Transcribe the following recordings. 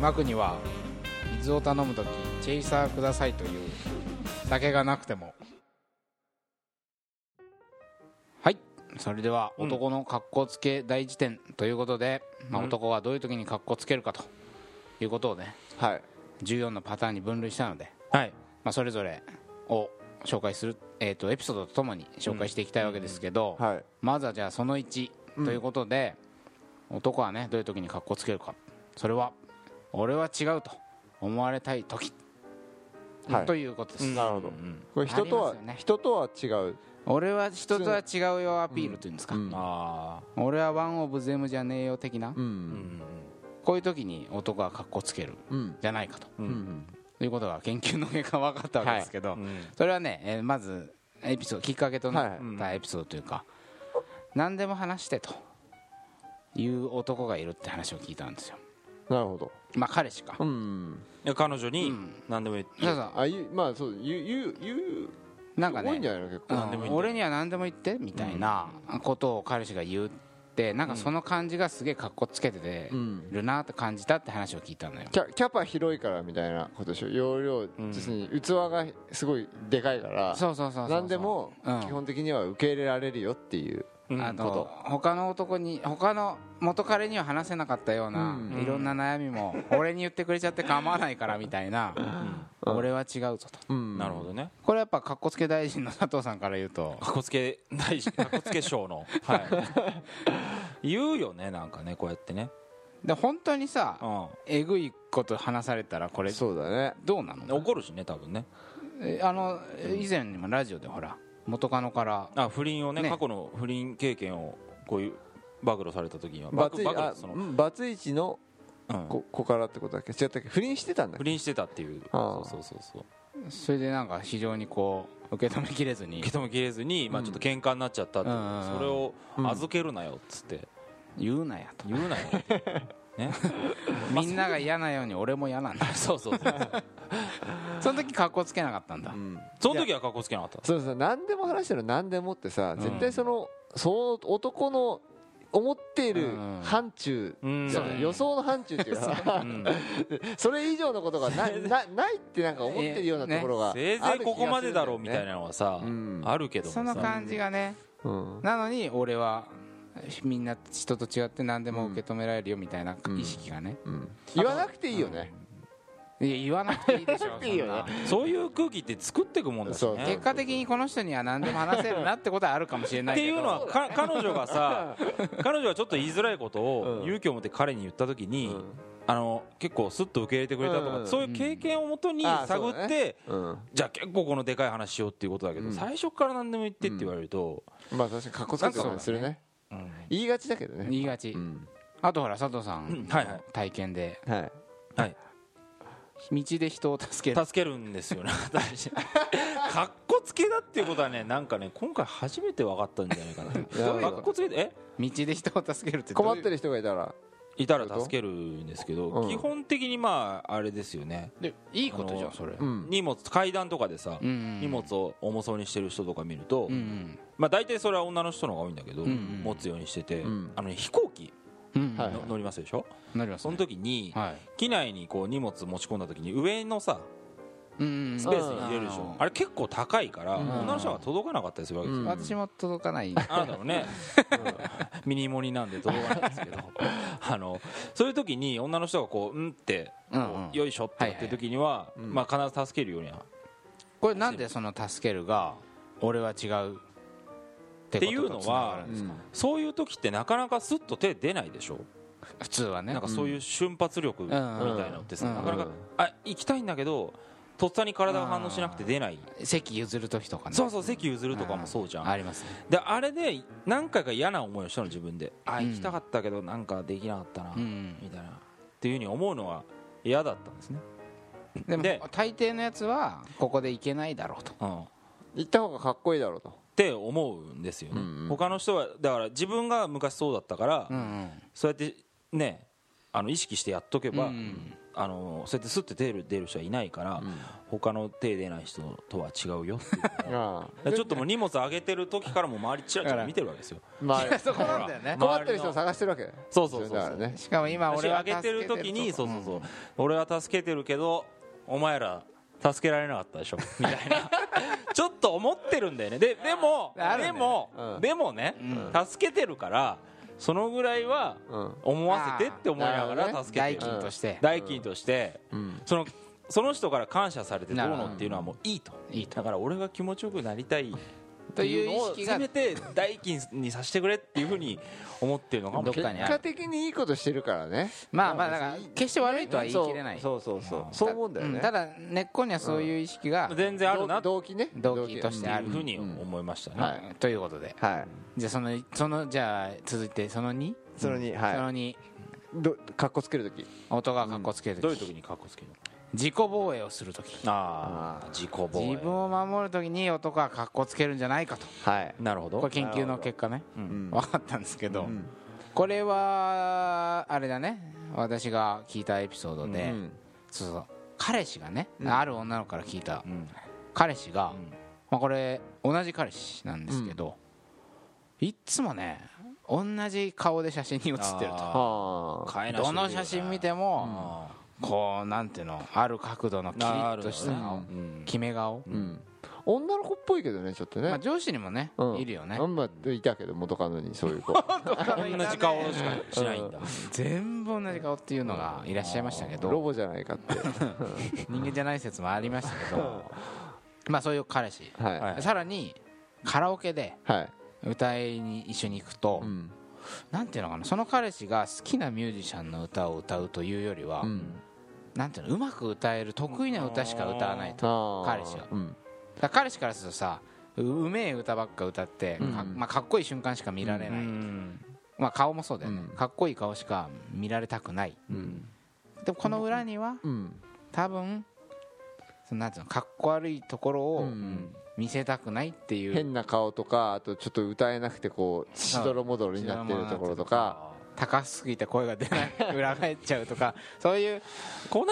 マクには水を頼むときチェイサーくださいという酒がなくても。はい、それでは男の格好つけ大辞典ということで、男はどういう時に格好つけるかということをね、 はい、 14のパターンに分類したので、 はい、 それぞれを紹介する、エピソードとともに紹介していきたいわけですけど、 はい、 まずはじゃあその1ということで、男はねどういう時に格好つけるか、それは俺は違うと思われたい時、 はい、 ということです。 なるほど。これ人とは、 ね、 人とは違う、 俺は人とは違うよアピールというんですか、俺はワンオブゼムじゃねえよ的な、こういう時に男は格好つけるじゃないかと、いうことが研究の結果分かったわけですけど、それはね、まずエピソードきっかけとなったエピソードというか、何でも話してという男がいるって話を聞いたんですよ。 なるほど。 彼氏か、 いや彼女に何でも言って、 そう言うなんかね、 多いんじゃないの結構、 俺には何でも言ってみたいなことを彼氏が言って、なんかその感じがすげえかっこつけててるなって感じたって話を聞いたのよ。 キャパ広いからみたいなことでしょ。容量、要するに器がすごいでかいから、何でも基本的には受け入れられるよっていう他の男に、他の元彼には話せなかったようないろんな悩みも俺に言ってくれちゃって構わないからみたいな、俺は違うぞと。 なるほどね。 これやっぱかっこつけ大臣の佐藤さんから言うと、 かっこつけ大臣、かっこつけ賞の言うよね、なんかね、こうやってね。 で本当にさ、えぐいこと話されたらこれそうだね、 どうなの？ 怒るしね、多分ね。 以前にもラジオでほら元カノから不倫をね、過去の不倫経験をこういう暴露された時にはバツイチの子からってことだっけ、違ったっけ、不倫してたんだっけ。 不倫してたっていう、 それでなんか非常にこう受け止めきれずにちょっと喧嘩になっちゃったって、それを預けるなよっつって、 言うなやと、 ね、 みんなが嫌なように俺も嫌なんだ。 そうその時格好つけなかったんだ。 その時は格好つけなかった。 そう何でも話してる何でもってさ、絶対その男の思っている範疇、予想の範疇っていうか、それ以上のことがないってなんか思ってるようなところが、 せいぜいここまでだろうみたいなのはさ、あるけどもさ、 その感じがね、なのに俺はみんな人と違って何でも受け止められるよみたいな意識がね、 言わなくていいよね。 いや言わなくていいでしょ。 そういう空気って作っていくもんだしね。 結果的にこの人には何でも話せるなってことはあるかもしれないけど、 っていうのは彼女がさ彼女はちょっと言いづらいことを勇気を持って彼に言った時に、結構スッと受け入れてくれたとか、そういう経験をもとに探って、じゃあ結構このでかい話しようっていうことだけど、最初から何でも言ってって言われると、 確かにかっこつけてたりするね。言いがちだけどね。 言いがち。あとほら佐藤さん体験で道で人を助けるんですよね。かっこつけだっていうことはね、なんかね、今回初めて分かったんじゃないかな。かっこつけて道で人を助けるって困ってる人がいたら助けるんですけど、基本的にあれですよね。 でいいことじゃんそれ。 荷物、階段とかでさ、荷物を重そうにしてる人とか見ると、大体それは女の人の方が多いんだけど、持つようにしてて、飛行機乗りますでしょ。その時に機内にこう荷物持ち込んだ時に上のさスペースに入れるでしょ。あれ結構高いから女の人が届かなかったりするわけですよ。 私も届かない。 あなたもねミニモニなんで届かないですけど、そういう時に女の人がこうってよいしょってやってる時には必ず助けるようには。 これなんでその助けるが俺は違うっていうのは、そういう時ってなかなかスッと手出ないでしょ普通はね。 なんかそういう瞬発力みたいなのってさ、なかなか行きたいんだけどとっさに体が反応しなくて出ない。 席譲る時とかね。 そう席譲るとかもそうじゃん。 ありますね。 であれで何回か嫌な思いをしたの自分で。行きたかったけどなんかできなかったなみたいなっていう風に思うのは嫌だったんですね。 でも大抵のやつはここで行けないだろうと、 行った方がかっこいいだろうとって思うんですよね。他の人はだから自分が昔そうだったから、そうやってね意識してやっとけば、そうやってスッて出る人はいないから、他の手出ない人とは違うよっていうちょっともう荷物上げてる時からもう周りチラチラ見てるわけですよ。 そこなんだよね。 困ってる人を探してるわけ。 そうそうそう、 しかも今俺は上げてる時に俺は助けてるけどお前ら助けられなかったでしょみたいなちょっと思ってるんだよね。でもね、助けてるからそのぐらいは思わせてって思いながら助けてる、代金として、その人から感謝されてどうのっていうのはもういいと。だから俺が気持ちよくなりたいというのをせめて代金にさせてくれっていうふうに思ってるのかもしれない。 結果的にいいことしてるからね。 まあだから決して悪いとは言い切れない。 そう思うんだよね。 ただ根っこにはそういう意識が全然あるな、 動機としてあるふうに思いましたね。 ということで、じゃあじゃあ続いてその2、 カッコつけるとき、 音がカッコつけるとき、 どういうときにカッコつけるの？ 自己防衛をするとき、 自己防衛、 自分を守るときに男はカッコつけるんじゃないかと。 なるほど。 これ研究の結果ね分かったんですけど、これはあれだね、私が聞いたエピソードで、彼氏がね、ある女の子から聞いた彼氏が、これ同じ彼氏なんですけど、いつもね同じ顔で写真に写ってると。どの写真見てもこうなんていうの、ある角度のキリッとした決め顔、 女の子っぽいけどね、ちょっとね。 上司にもねいるよね。 いたけど元カノにそういう子同じ顔しかしないんだ。 全部同じ顔っていうのがいらっしゃいましたけど、 ロボじゃないかって人間じゃない説もありましたけどそういう彼氏、さらにカラオケで歌いに一緒に行くと、なんていうのかな、その彼氏が好きなミュージシャンの歌を歌うというよりは、なんていうの、うまく歌える得意な歌しか歌わないと、彼氏は。だから彼氏からするとさ、うめえ歌ばっか歌ってかっこいい瞬間しか見られない、顔もそうだよね、かっこいい顔しか見られたくない、でもこの裏には多分なんていうの、かっこ悪いところを見せたくないっていう、 変な顔とか、あとちょっと歌えなくてこうしどろもどろになってるところとか、 高すぎて声が出ない裏返っちゃうとか、そういう粉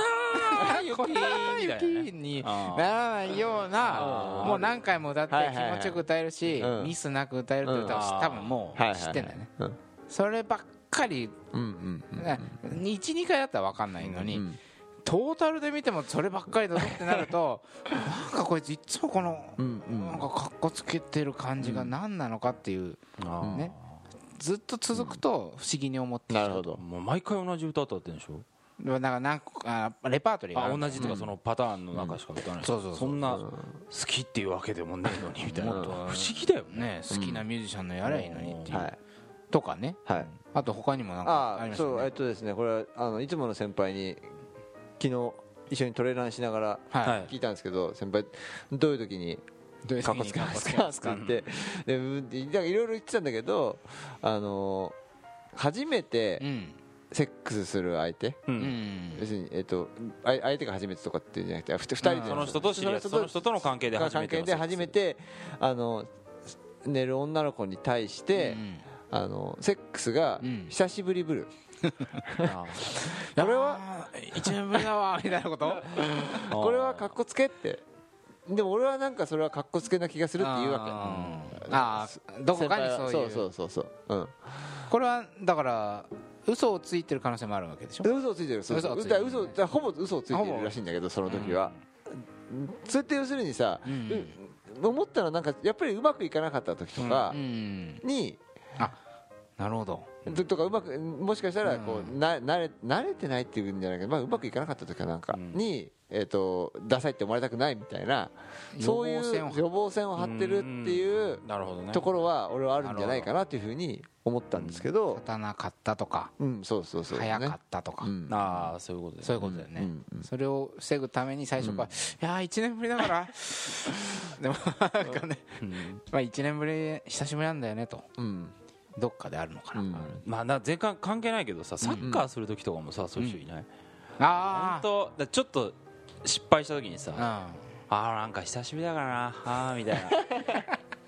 雪にならないような、もう何回も歌って気持ちよく歌えるし、ミスなく歌えるって歌を多分もう知ってんだよね。そればっかり 1,2 回だったら分かんないのに、トータルで見てもそればっかりだぞってなるとなんかこいついつもこのなんかかっこつけてる感じが何なのかっていうね、ずっと続くと不思議に思ってきちゃう。 なるほど。 もう毎回同じ歌歌ってるんでしょ。 だから何個かレパートリーが同じとかそのパターンの中しか歌わない。そんな好きっていうわけでもねえのにみたいな。不思議だよね。 好きなミュージシャンのやればいいのにっていうとかね。あと他にもなんかありましたね。 そうですね、これはいつもの先輩に昨日一緒にトレランしながら聞いたんですけど、先輩どういう時にカッコつけますかって言っていろいろ言ってたんだけど、初めてセックスする相手、要するに相手が初めてとかっていうんじゃなくて2人でその人と知り合い、その人との関係で初めて寝る女の子に対してセックスが久しぶりぶる、 これは1年ぶりだわみたいなことこれはカッコつけって。でも俺はなんかそれはカッコつけな気がするっていうわけ。どこかにそういう、 そうこれはだから嘘をついてる可能性もあるわけでしょ。 嘘をついてる、ほぼ嘘をついてるらしいんだけど、その時はそれって要するにさ、思ったらなんかやっぱりうまくいかなかった時とかに、 なるほどとかうまくもしかしたらこう慣れてないっていうんじゃないけど、うまくいかなかった時かなんかにダサいって思われたくないみたいな、そういう予防線を張ってるっていうところは俺はあるんじゃないかなというふうに思ったんですけど、 立たなかったとか、 そう早かったとか、 そういうことです、 そういうことだよね。それを防ぐために最初からいや1年ぶりだからでもなんかね、1年ぶり久しぶりなんだよねとどっかであるのかな。 全然関係ないけどさ、サッカーする時とかもさ、そういう人いない？本当ちょっと失敗した時にさ、なんか久しぶりだからなみたいな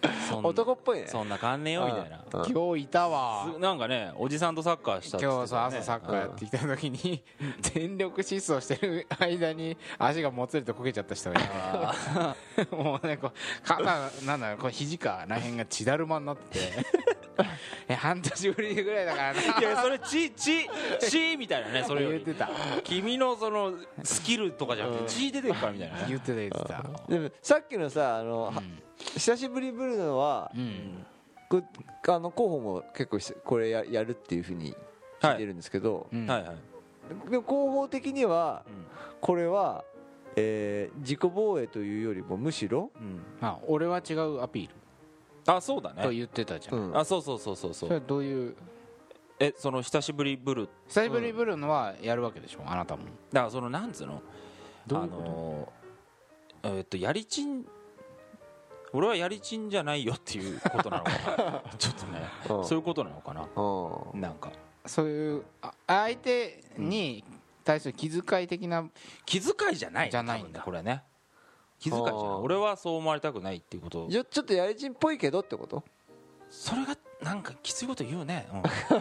男っぽいね。 そんな変わんねえよみたいな。 今日いたわ。 なんかね、おじさんとサッカーしたって言ってたね。 今日朝サッカーやってきた時に全力疾走してる間に足がもつれてこけちゃった人がいた。もうね、こう肩なんだろう、こう肘から辺が血だるまになってて半年ぶりぐらいだからな。 いやそれ血みたいなね。それより言ってた。 君のそのスキルとかじゃなくて血出てるからみたいなね。 言ってた。 でもさっきのさ久しぶりブルーノは候補も結構これやるっていうふうに聞いてるんですけど、 はいはい。 でも広報的にはこれは自己防衛というよりもむしろ俺は違うアピール。 あ、そうだねと言ってたじゃん。 あ、そうそれはどういう。 その久しぶりブルのはやるわけでしょ、あなたも。 だからそのなんつうの、やりちん、俺はやりちんじゃないよっていうことなのかな。ちょっとね、そういうことなのかな。なんかそういう相手に対する気遣い的な。 気遣いじゃないんだこれね。気遣いじゃない。俺はそう思われたくないっていうこと。 ちょっとやりちんっぽいけどってこと。 それがなんかきついこと言うね。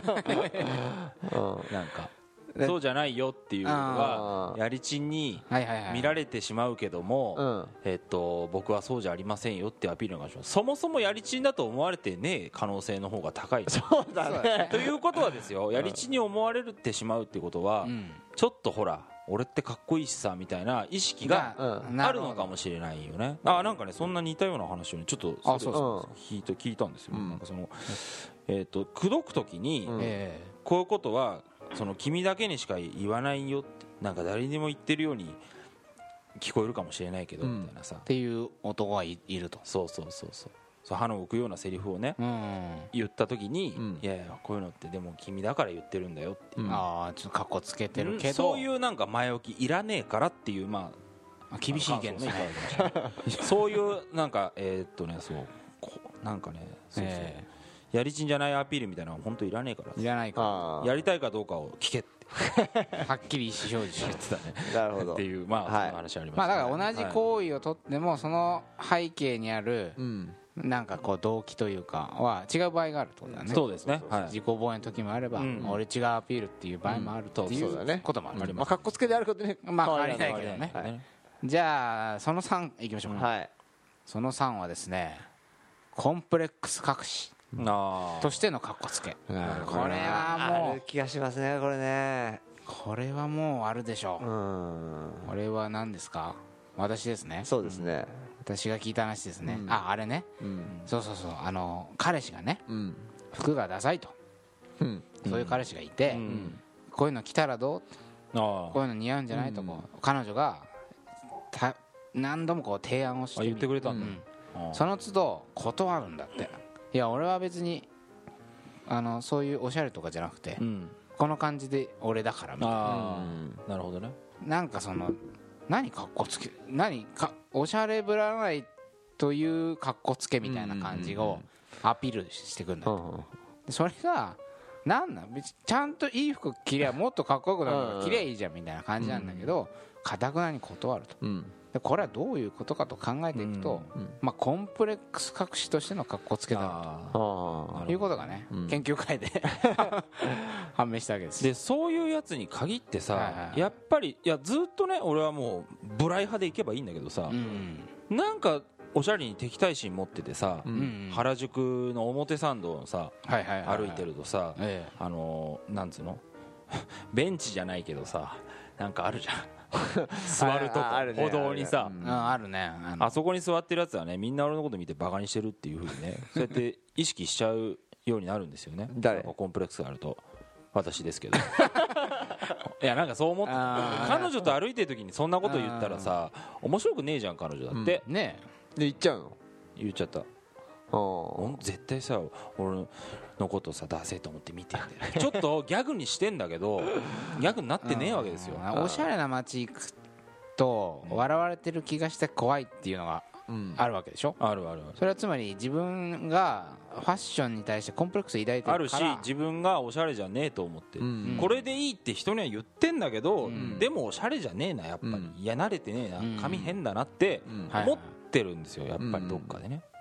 なんかそうじゃないよっていうのはやりちんに見られてしまうけども、僕はそうじゃありませんよってアピールがします。そもそもやりちんだと思われてねえ可能性の方が高い。 そうだね。 ということはですよ、やりちんに思われてしまうってことは、ちょっとほら俺ってかっこいいしさみたいな意識があるのかもしれないよね。なんかね、そんな似たような話をねちょっと聞いたんですよ。なんかその口説く時にこういうことはその君だけにしか言わないよって、なんか誰にも言ってるように聞こえるかもしれないけどみたいなさ、 っていう男がいると。 そう歯の浮くようなセリフをね言った時に、いやいやこういうのってでも君だから言ってるんだよって、 ちょっとカッコつけてるけど、 そういうなんか前置きいらねえからっていう、まあ厳しい意見ですね。 そういうなんかそうなんかね、そうやりちんじゃないアピールみたいなのは本当いらねえから、 いらないかやりたいかどうかを聞けってはっきり意思表示してたね。 なるほどっていう、まあその話ありました。 だから同じ行為をとってもその背景にあるなんかこう動機というかは違う場合があるってことだね。 そうですね。 自己防衛の時もあれば俺違うアピールっていう場合もあるっていうこともあります。 かっこつけであることに変わりないけどね。じゃあその3いきましょう。その3はですね、コンプレックス隠しとしてのカッコつけ。これはもうある気がしますね。これね、 これはもうあるでしょう。これは何ですか。私ですね。 そうですね、 私が聞いた話ですね。あれね、そう彼氏がね服がダサいと、そういう彼氏がいて、こういうの着たらどう、こういうの似合うんじゃないと彼女が何度もこう提案をして言ってくれたんだ。 その都度断るんだって。いや俺は別にそういうおしゃれとかじゃなくて、この感じで俺だからみたいな。 なるほどね。 なんかその何かっこつけ、何かおしゃれぶらないというかっこつけみたいな感じをアピールしてくるんだと。それがなんだ、別にちゃんといい服着りゃもっとかっこよくなるから着りゃいいじゃんみたいな感じなんだけど、かたくなに断ると。でこれはどういうことかと考えていくと、コンプレックス隠しとしての格好つけだということがね、研究会で判明したわけです。 でそういうやつに限ってさ、やっぱりずっとね俺はもうブライ派でいけばいいんだけどさ、なんかおしゃれに敵対心持っててさ、原宿の表参道をさ歩いてるとさ、なんつうのベンチじゃないけどさ、なんかあるじゃん座るとこ歩道にさあるね。 あそこに座ってるやつはね、みんな俺のこと見てバカにしてるっていうふうにねそうやって意識しちゃうようになるんですよね。 誰？ コンプレックスがあると。私ですけどいやなんかそう思って彼女と歩いてる時にそんなこと言ったらさ面白くねえじゃん彼女だってねえで言っちゃうの？ 言っちゃった。絶対さ俺のことさダセえと思って見てんだよちょっとギャグにしてんだけどギャグになってねえわけですよ。 おしゃれな街行くと笑われてる気がして怖いっていうのがあるわけでしょ。 あるある。 それはつまり自分がファッションに対してコンプレックス抱いてるからあるし、自分がおしゃれじゃねえと思ってこれでいいって人には言ってんだけど、でもおしゃれじゃねえなやっぱり、いや慣れてねえな髪変だなって思ってるんですよやっぱりどっかでね。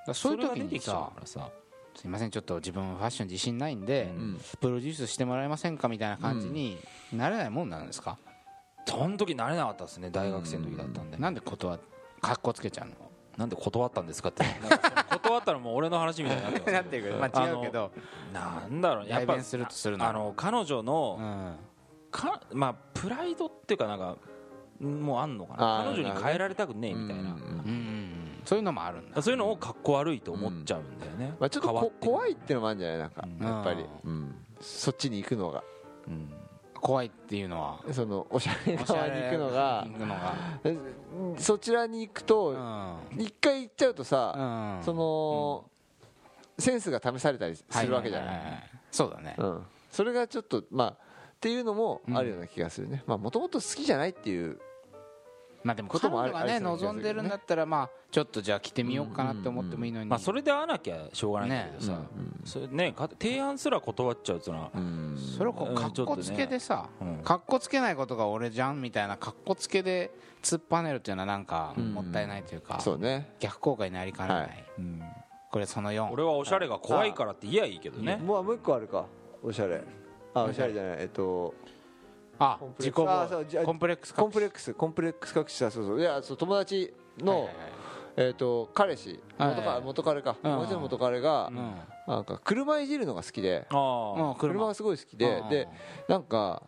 そういう時にさ、すいませんちょっと自分ファッション自信ないんで、プロデュースしてもらえませんかみたいな感じになれないもんなんですか？ その時なれなかったですね。大学生の時だったんで。 なんで断ってかっこつけちゃうの？ なんで断ったんですかって断ったらもう俺の話みたいになってます、 なってるけど、まあ違うけど、 なんだろう、やっぱするとするの彼女の、まあプライドっていうかなんかもうあんのかな、彼女に変えられたくねえみたいな、 そういうのもあるんだ。 そういうのをかっこ悪いと思っちゃうんだよね。 まあちょっと怖いっていうのもあるんじゃない、なんかやっぱりそっちに行くのが怖いっていうのは、 そのおしゃれ側に行くのがそちらに行くと一回行っちゃうとさ、そのセンスが試されたりするわけじゃない。 そうだね。 それがちょっとまあっていうのもあるような気がするね。まあもともと好きじゃないっていう、 まあでも彼女がね望んでるんだったら、まあちょっとじゃあ着てみようかなって思ってもいいのに、 まあそれで会わなきゃしょうがないんだけどさ、それね提案すら断っちゃうっていうのは、 それをこうかっこつけでさ、かっこつけないことが俺じゃんみたいなかっこつけで突っぱねるっていうのはなんかもったいないというか、 そうね、 逆効果になりかねない。これその4。 俺はおしゃれが怖いからって言えばいいけどね。 もう一個あるか、おしゃれ。おしゃれじゃない、 自己コンプレックス隠しさ、そうそう、いや、友達の彼氏、元彼か、元彼がなんか車いじるのが好きで、車がすごい好きで、でなんか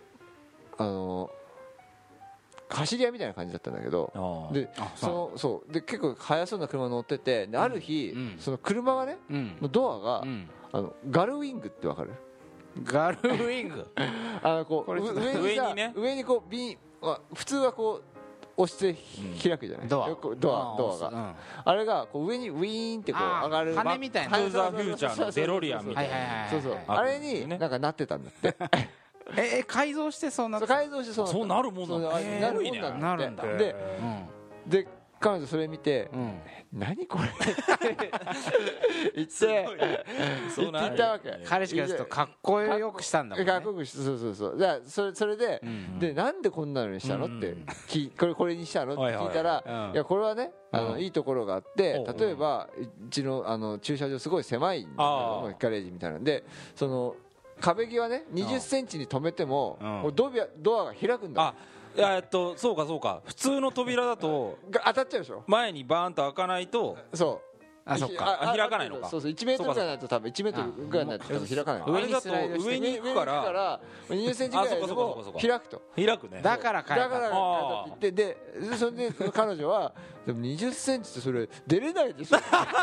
走り屋みたいな感じだったんだけど、でそうで結構速そうな車乗ってて、ある日その車がねのドアがガルウィングってわかる？ ガルウィングこう上にこう普通はこう押して開くじゃない、ドアが、あれがこう上にウィーンってこう上がる羽みたいな、 トゥーザフューチャーのデロリアンみたいな、 そうそうあれになんかなってたんだって。 改造してそうなって、 そうなるもんなんだ、 なるんだ。 で彼女それ見て、何これって言ったわけ。 彼氏からするとかっこよくしたんだもんね。 かっこよくして、そうじゃあそれでなんでこんなのにしたのってこれにしたのって聞いたら、いやこれはねいいところがあって、例えばうちの駐車場すごい狭いんだけど、ガレージみたいなんで、その壁際ね20センチに止めてもドアが開くんだ。 そうか、普通の扉だと当たっちゃうでしょ、 前にバーンと開かないと。 そっか、開かないのか。 そう1メートルぐらいないと、多分1メートルぐらいないと開かない。 上だと上に行くから 20センチぐらいでも開くと。 開くね。 だから変えたって言って、でそれで彼女はでも20センチってそれ出れないでしょ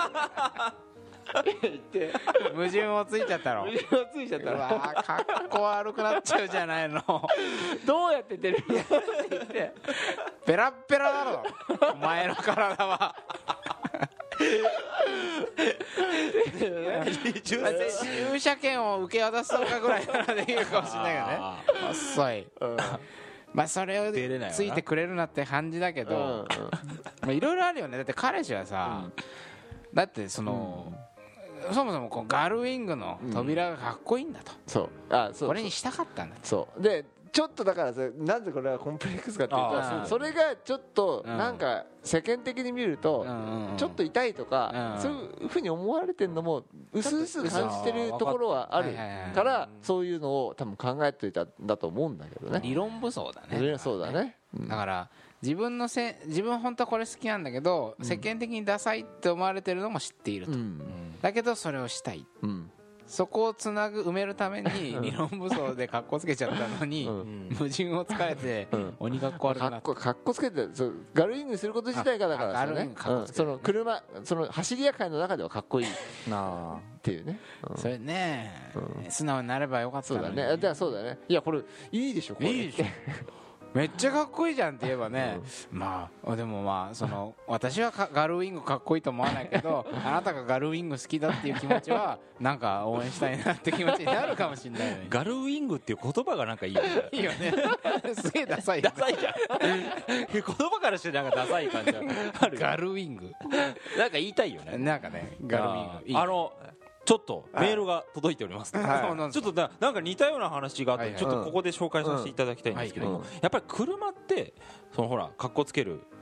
って矛盾をついちゃったの。かっこ悪くなっちゃうじゃないの。 どうやって出るのって言って、 ペラッペラだろお前の体は。駐車券を受け渡そうかぐらいならできるかもしれないよね。遅い。まあそれをついてくれるなって感じだけど、いろいろあるよね。だって彼氏はさ、だってそのそもそもこうガルウィングの扉がかっこいいんだと、そうこれにしたかったんだ。 そうでちょっとだからなんでこれはコンプレックスかっていうと、それがちょっとなんか世間的に見るとちょっと痛いとか、そういうふうに思われてるのも薄々感じてるところはあるから、そういうのを多分考えていたんだと思うんだけどね。 理論武装だね。 そうだね。 だから自分本当はこれ好きなんだけど、世間的にダサいって思われてるのも知っていると、だけどそれをしたい、そこを埋めるために理論武装で格好つけちゃったのに、矛盾をつかれて鬼格好悪くなって、 格好つけてガルウィングすること自体がだからね、その車その走り屋界の中ではかっこいいっていうね。 それね素直になればよかったのに。 そうだね。いやこれいいでしょ、これいいでしょめっちゃかっこいいじゃんって言えばね、まあでもまあその私はガルウィングかっこいいと思わないけど、あなたがガルウィング好きだっていう気持ちはなんか応援したいなって気持ちになるかもしれないよね。 ガルウィングっていう言葉がなんかいいよね。 いいよね。すげえダサい。 ダサいじゃん。言葉からしてなんかダサい感じある。 ガルウィングなんか言いたいよね。 なんかね、ガルウィングいい。 ちょっとメールが届いております。ちょっとなんか似たような話があって、ちょっとここで紹介させていただきたいんですけど、やっぱり車ってそのほら格好つける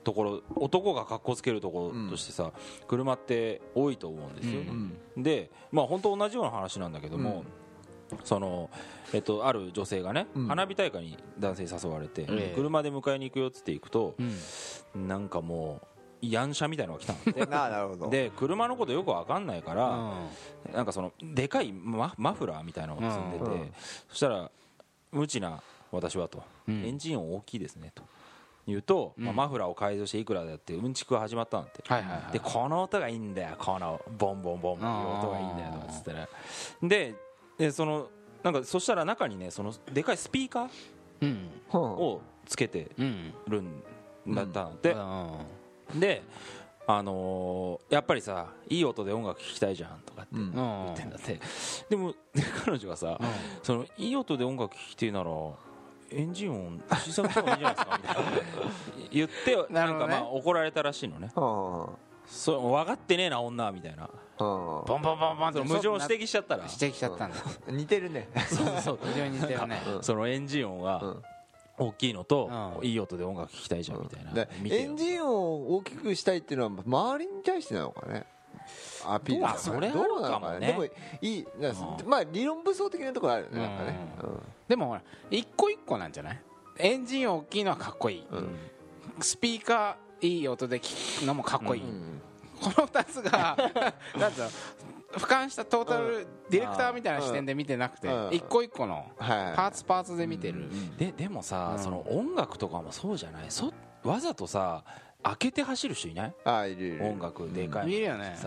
ところ、男が格好つけるところとしてさ、車って多いと思うんですよ、でまあ本当同じような話なんだけども、そのある女性がね、花火大会に男性に誘われて、車で迎えに行くよっつって行くと、なんかもうヤン車みたいなのが来たんでなるほど。 で車のことよく分かんないから、なんかそのでかいマフラーみたいなのを積んでて、そしたら無知な私はと、エンジン音大きいですねと言うと、マフラーを改造していくらだってうんちくが始まったんて、でこの音がいいんだよ、このボンボンボンっていう音がいいんだよとかつってね、でそのなんかそしたら中にね、そのでかいスピーカーをつけてるんだったので、でやっぱりさ、いい音で音楽聴きたいじゃんとかって言ってんだって、でも彼女がさ、そのいい音で音楽聴きてえならエンジン音小さくした方がいいんじゃないですかみたいな言ってなんかまあ怒られたらしいのね。そう分かってねえな女みたいな、 ボンボンボンボンって矛盾を指摘しちゃったら、 指摘しちゃったんだ。 似てるね。 そう非常に似てるね。 そのエンジン音が大きいのと、いい音で音楽聴きたいじゃんみたいな、 エンジン音を大きくしたいっていうのは周りに対してなのかね、アピール。 それあるかもね。 でもいい、まあ理論武装的なところあるよね、なんかね。 でもほら一個一個なんじゃない？エンジン音大きいのはかっこいい、スピーカーいい音で聴くのもかっこいい、この2つがなんか俯瞰したトータルディレクターみたいな視点で見てなくて、一個一個のパーツで見てる。 でもさ、その音楽とかもそうじゃない？わざとさ開けて走る人いない？ いるいる。 音楽でかい。 いるよね。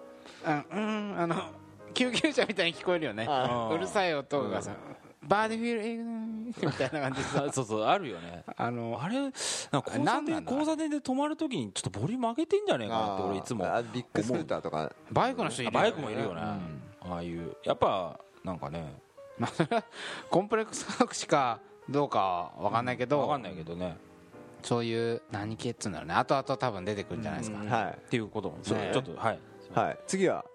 救急車みたいに聞こえるよね。うるさい音がさ、バーディフィールエグみたいな感じで。 そうあるよね。あれ交差点で止まるときにちょっとボリューム上げてんじゃねえかなって俺いつも。 ビッグスクーターとかバイクの人いるよね。 バイクもいるよね。ああいうやっぱなんかね、 コンプレックス科学しかどうかわかんないけど、 ね。 そういう何系っつうんだろうね。後々多分出てくるんじゃないですか。 っていうこともちょっとはい。 次は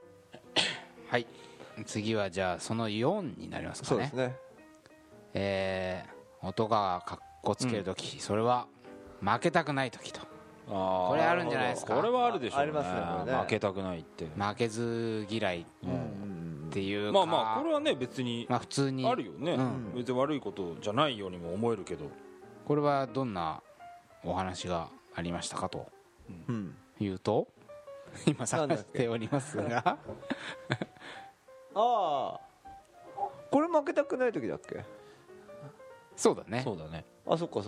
次はじゃあその4になりますかね。 そうですね。音がかっこつけるとき、それは負けたくないときと。これあるんじゃないですか。 これはあるでしょうね。 ありますね。 負けたくないって。 負けず嫌いっていうか。まあこれはね別に普通にあるよね。別に悪いことじゃないようにも思えるけど。 これはどんなお話がありましたかというと、今探しておりますがこれ負けたくない時だっけ？ そうだね。 そっか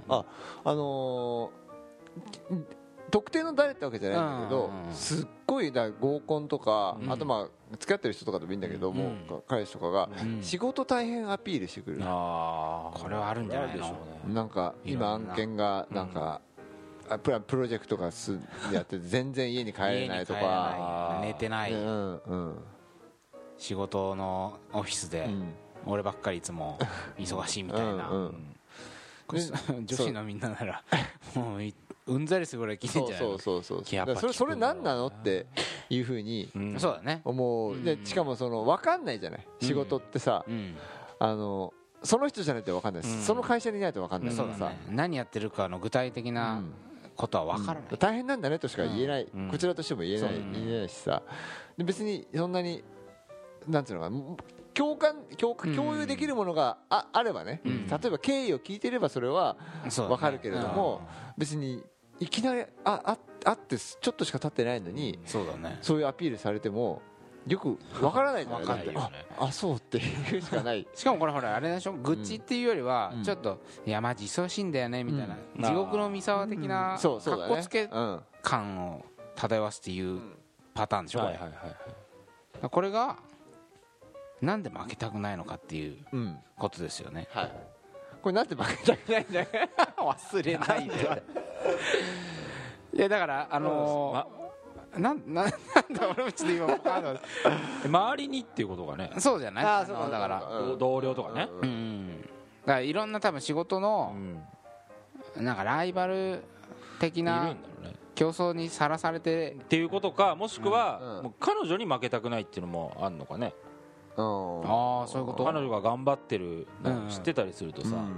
特定の誰ってわけじゃないんだけど、すっごい合コンとか、あとまあ付き合ってる人とかでもいいんだけども、彼氏とかが仕事大変アピールしてくる。 これはあるんじゃないの？ なんか今案件がなんかプロジェクトがやって全然家に帰れないとか、 寝てない、仕事のオフィスで俺ばっかりいつも忙しいみたいな、女子のみんなならもううんざりするぐらい聞いてんじゃないの？ そうそれ何なのっていうふうに思う。でしかもその分かんないじゃない、仕事ってさ、その人じゃないと分かんないし、その会社にいないと分かんないからさ、 何やってるかの具体的なことは分からない。 大変なんだねとしか言えない、こちらとしても言えないしさ、別にそんなになんていうのかな、共有できるものがあればね、例えば経緯を聞いていればそれは分かるけれども、別にいきなり会ってちょっとしか経ってないのに、そういうアピールされてもよく分からないんだよね。そうっていうしかない。 しかもこれほらあれでしょ、愚痴っていうよりはちょっといやマジ忙しいんだよねみたいな、地獄の三沢的なかっこつけ感を漂わすっていうパターンでしょ。これがなんで負けたくないのかっていうことですよね。 これなんで負けたくないんだよ忘れないでいやだからなんだ俺もちょっと今分かんない周りにっていうことがね。 そうじゃない？だから同僚とかね、 だからいろんな多分仕事のなんかライバル的な競争にさらされてっていうことか、もしくはもう彼女に負けたくないっていうのもあるのかね。 そういうこと。 彼女が頑張ってるの知ってたりするとさ、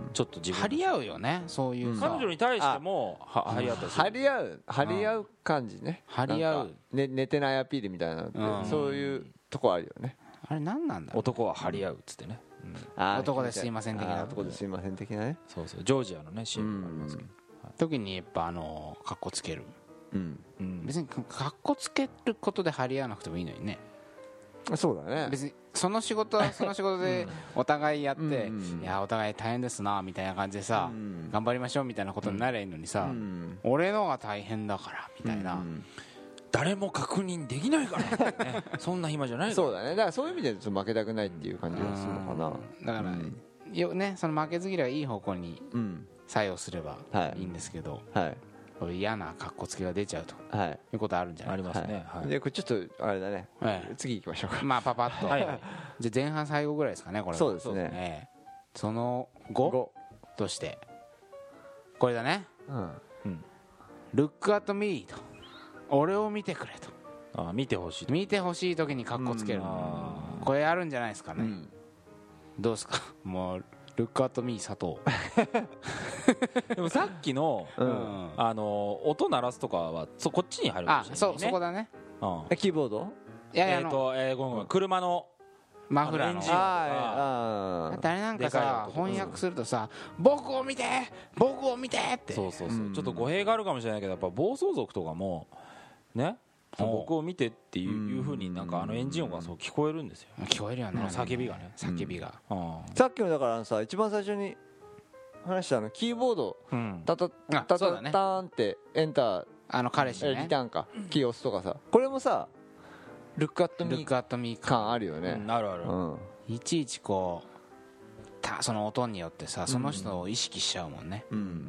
ちょっと自分張り合うよね、そういう彼女に対しても張り合ったりする。 張り合う感じね。 張り合う、 寝てないアピールみたいなのって、そういうとこあるよね。 あれ何なんだろう。 男は張り合うっつってね、 男ですいません的な。 男ですいません的なね。 そうそう、ジョージアのね CM がありますけど、 時にやっぱカッコつける、別にカッコつけることで張り合わなくてもいいのにね。 そうだね。 別にその仕事はその仕事でお互いやって、いやお互い大変ですなみたいな感じでさ、頑張りましょうみたいなことになりゃいいのにさ、俺のが大変だからみたいな、 誰も確認できないからねそんな暇じゃないから。 そうだね。だからそういう意味でちょっと負けたくないっていう感じがするのかな。 だからよね、その負けず嫌いがいい方向に作用すればいいんですけど、嫌な格好つけが出ちゃうということあるんじゃないですか。ありますね。 でこれちょっとあれだね、次行きましょうか。 まあパパッとじゃ前半最後ぐらいですかね、これ。 そうですね。 その後としてこれだね、Look at me と、俺を見てくれと。 見てほしい、 見てほしい時に格好つける、これあるんじゃないですかね。どうですか、もうルックアットミー佐藤でもさっきの、音鳴らすとかはこっちに入るかもしれないね。 そこだね。 キーボード、 いやいやごめん車のマフラーのエンジン音とか、あれなんかさ翻訳するとさ、僕を見て僕を見てって、 そうそうそう、ちょっと語弊があるかもしれないけど、やっぱ暴走族とかもね、僕を見てっていう風になんかエンジン音がそう聞こえるんですよ。 聞こえるよね、 叫びがね、 叫びが。 さっきのだからさ、一番最初に話したキーボードタタタタターンってエンター、 彼氏ね、 リターンかキー押すとかさ、これもさルックアットミー感あるよね。 あるある。 いちいちこうその音によってさ、その人を意識しちゃうもんね。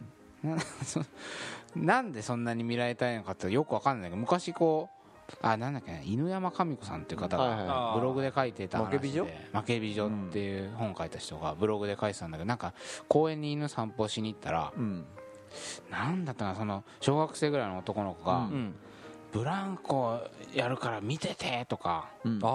なんでそんなに見られたいのかってよくわかんないけど、昔こうなんだっけ、犬山紙子さんっていう方がブログで書いてた話で、負け美女っていう本を書いた人がブログで書いてたんだけど、なんか公園に犬散歩しに行ったら、なんだったかな、その小学生ぐらいの男の子がブランコやるから見ててとか、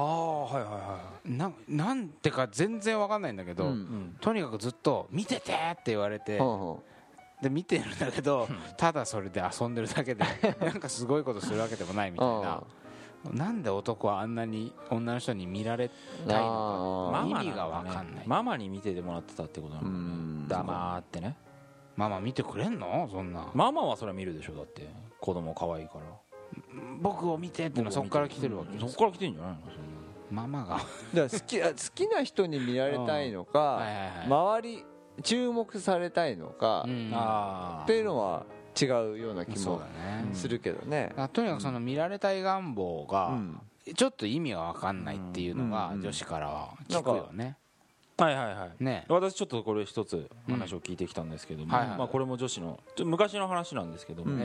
なんてか全然わかんないんだけど、とにかくずっと見ててって言われて、で見てるんだけど、ただそれで遊んでるだけでなんかすごいことするわけでもないみたいな。なんで男はあんなに女の人に見られたいのか意味が分かんない。 ママに見ててもらってたってことなのかね、黙ってね。 ママ見てくれんの？そんなママはそれは見るでしょ、だって子供可愛いから。 僕を見てってのはそこから来てるわけ。 そこから来てんじゃないの？ ママがだから好きな人に見られたいのか、周り注目されたいのかっていうのは違うような気もするけどね。 とにかくその見られたい願望がちょっと意味が分かんないっていうのが女子からは聞くよね。 ね、私ちょっとこれ一つ話を聞いてきたんですけども、これも女子の昔の話なんですけども、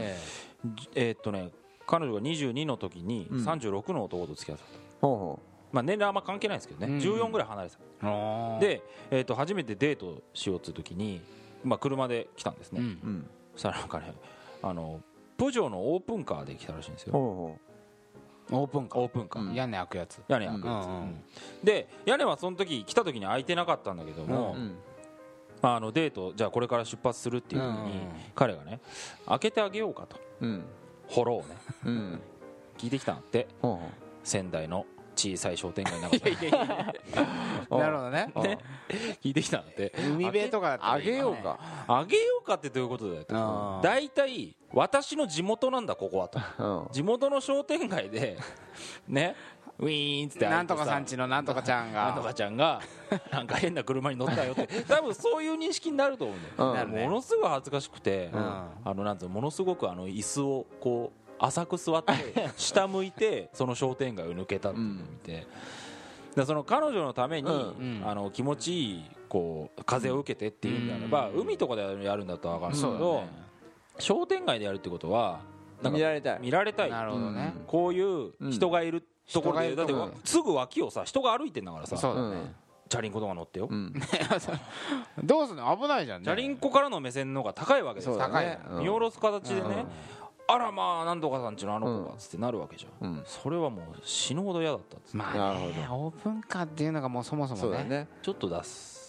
彼女が22の時に36の男と付き合ってた。年齢あんま関係ないんですけどね、14ぐらい離れてた。で、初めてデートしようっていう時に、車で来たんですね。そしたらなんかね、プジョーのオープンカーで来たらしいんですよ。 オープンカー、屋根開くやつ。 屋根開くやつ。で屋根はその時来た時に開いてなかったんだけども、デートじゃあこれから出発するっていうふうに彼がね、開けてあげようかと、掘ろうね、聞いてきたんだって。仙台の小さい商店街の中でなるほどね、 聞いてきたんだって。 海辺とかあげようか、 あげようかってどういうことだよと。大体私の地元なんだここはと、地元の商店街でね、ウィーンってなんとかさんちのなんとかちゃんがなんか変な車に乗ったよって多分そういう認識になると思うんだよ。ものすごい恥ずかしくて、なんつうの、ものすごく椅子をこう浅く座って下向いてその商店街を抜けたっていうのを見て、その彼女のために気持ちいいこう風を受けてっていうんであれば、海とかでやるんだったら分かるんだけど、商店街でやるってことは見られたい。 なるほどね。 こういう人がいるところで、だってすぐ脇をさ人が歩いてんだからさ、チャリンコとか乗ってよ、 どうすんの、危ないじゃんね。 チャリンコからの目線の方が高いわけですよ。見下ろす形でね、あらまあなんとかさんちのあの子がつってなるわけじゃん。それはもう死ぬほど嫌だったっつって。 まあね、オープンカーっていうのがもうそもそもねちょっとダッサ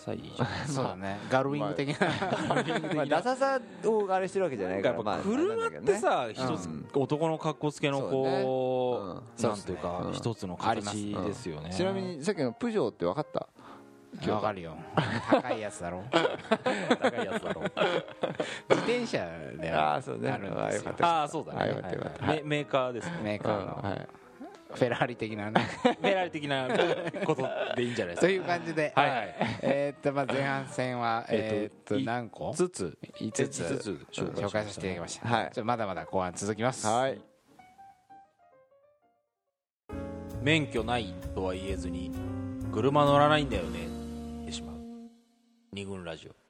さいじゃんそうだね、ガルウィング的なダサさをあれしてるわけじゃないから、 車ってさ一つ男の格好つけのこうなんていうか一つの形ですよね。 ちなみにさっきのプジョーって分かった？ 分かるよ、高いやつだろ高いやつだろ自転車であるんですよ。 ああそうだね、メーカーですね。 メーカーのフェラーリ的なねフェラーリ的なことでいいんじゃないですか。 という感じで、まあ前半戦は何個 5つ紹介させていただきました。まだまだ後半続きます。 免許ないとは言えずに車乗らないんだよねってしまう二軍ラジオ。